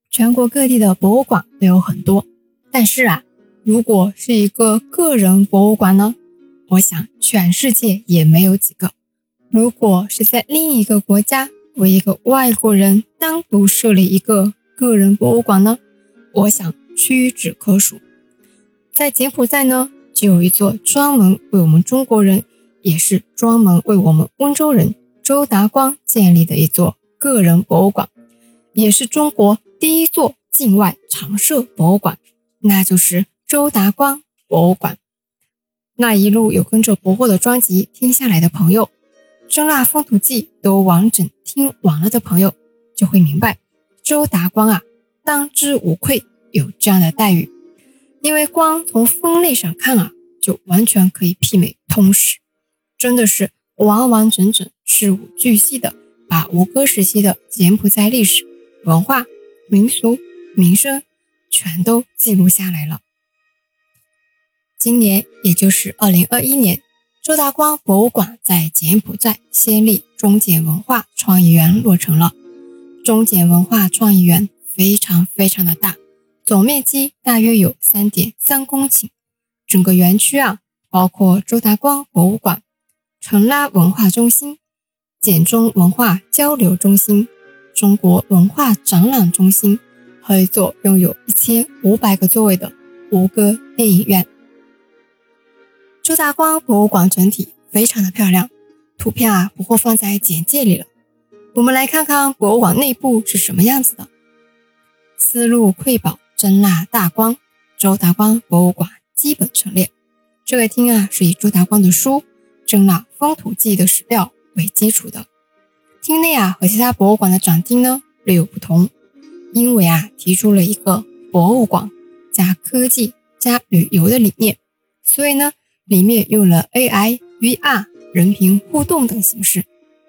全国各地的博物馆都有很多，但是如果是一个个人博物馆呢，我想全世界也没有几个。如果是在另一个国家为一个外国人单独设立一个个人博物馆呢，我想屈指可数。在柬埔寨呢，就有一座专门为我们中国人，也是专门为我们温州人周达光建立的一座个人博物馆，也是中国第一座境外常设博物馆，那就是周达光博物馆。那一路有跟着博货的专辑听下来的朋友，真腊风土记都完整听完了的朋友，就会明白周达光当之无愧有这样的待遇。因为光从分类上看就完全可以媲美通史，真的是完完整整事无巨细的把吴哥时期的柬埔寨历史、文化、民俗、民生全都记录下来了。今年也就是2021年，周达光博物馆在柬埔寨先例中柬文化创意园落成了。中柬文化创意园非常的大，总面积大约有 3.3 公顷。整个园区包括周达光博物馆、成拉文化中心、柬中文化交流中心、中国文化展览中心和一座拥有1500个座位的吴哥电影院。周达光博物馆整体非常的漂亮，图片不会放在简介里了。我们来看看博物馆内部是什么样子的。丝路瑰宝真腊大光周达光博物馆基本陈列。这个厅是以周达光的书《真腊风土记》的史料为基础的。厅内和其他博物馆的展厅呢略有不同，因为提出了一个博物馆加科技加旅游的理念，所以呢里面用了 AI、VR、人屏互动等形式。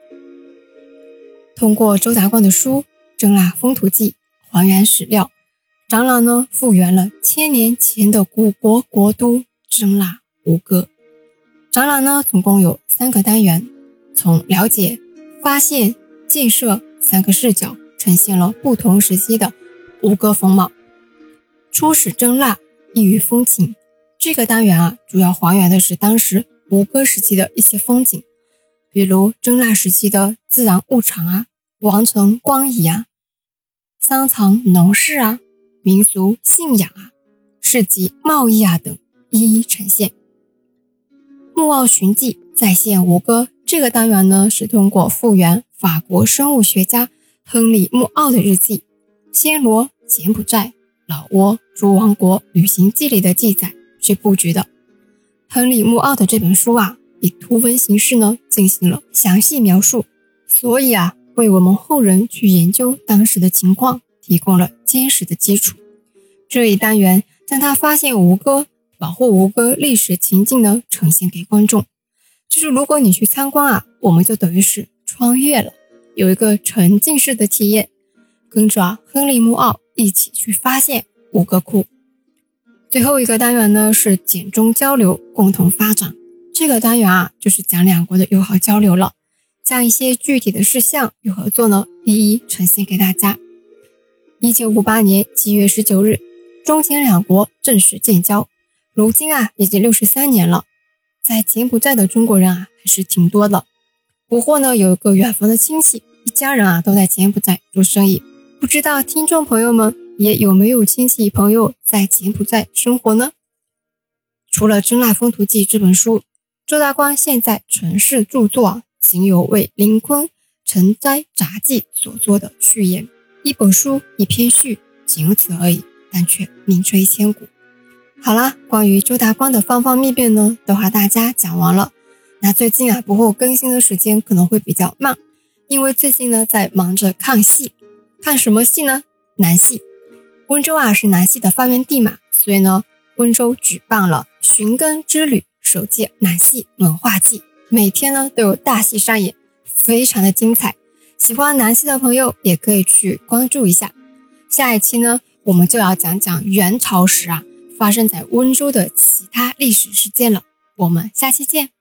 通过周达光的书《真腊风土记》还原史料，展览呢复原了1000年前的古国国都真腊吴哥。展览呢总共有3个单元，从了解、发现、建设3个视角，呈现了不同时期的吴哥风貌。初始真腊，异域风情。这个单元主要还原的是当时吴哥时期的一些风景，比如真腊时期的自然物产王城光仪商场农事民俗信仰市集贸易等一一呈现。木奥寻迹再现吴哥这个单元呢，是通过复原法国生物学家亨利·穆奥的日记、暹罗、柬埔寨、老挝诸王国旅行记里的记载去布局的。亨利·穆奥的这本书以图文形式呢进行了详细描述，所以为我们后人去研究当时的情况提供了坚实的基础。这一单元将他发现吴哥、保护吴哥历史情境呢呈现给观众，就是如果你去参观我们就等于是穿越了，有一个沉浸式的体验，跟着亨利·穆奥一起去发现吴哥窟。最后一个单元呢是柬中交流共同发展，这个单元就是讲两国的友好交流了，将一些具体的事项与合作呢一一呈现给大家。1958年7月19日，中柬两国正式建交，如今已经63年了。在柬埔寨的中国人还是挺多的。不过呢，有一个远房的亲戚，一家人都在柬埔寨做生意，不知道听众朋友们也有没有亲戚朋友在柬埔寨生活呢？除了《真腊风土记》这本书，周达光现在存世著作仅有为林坤成斋杂记所做的序言，一本书一篇序，仅此而已，但却名垂千古。好啦，关于周达光的方方面面呢都和大家讲完了。那最近不过更新的时间可能会比较慢，因为最近呢在忙着看戏。看什么戏呢？南戏。温州是南戏的发源地嘛，所以呢温州举办了寻根之旅首届南戏文化季，每天呢都有大戏上演，非常的精彩。喜欢南戏的朋友也可以去关注一下。下一期呢我们就要讲讲元朝时发生在温州的其他历史事件了，我们下期见。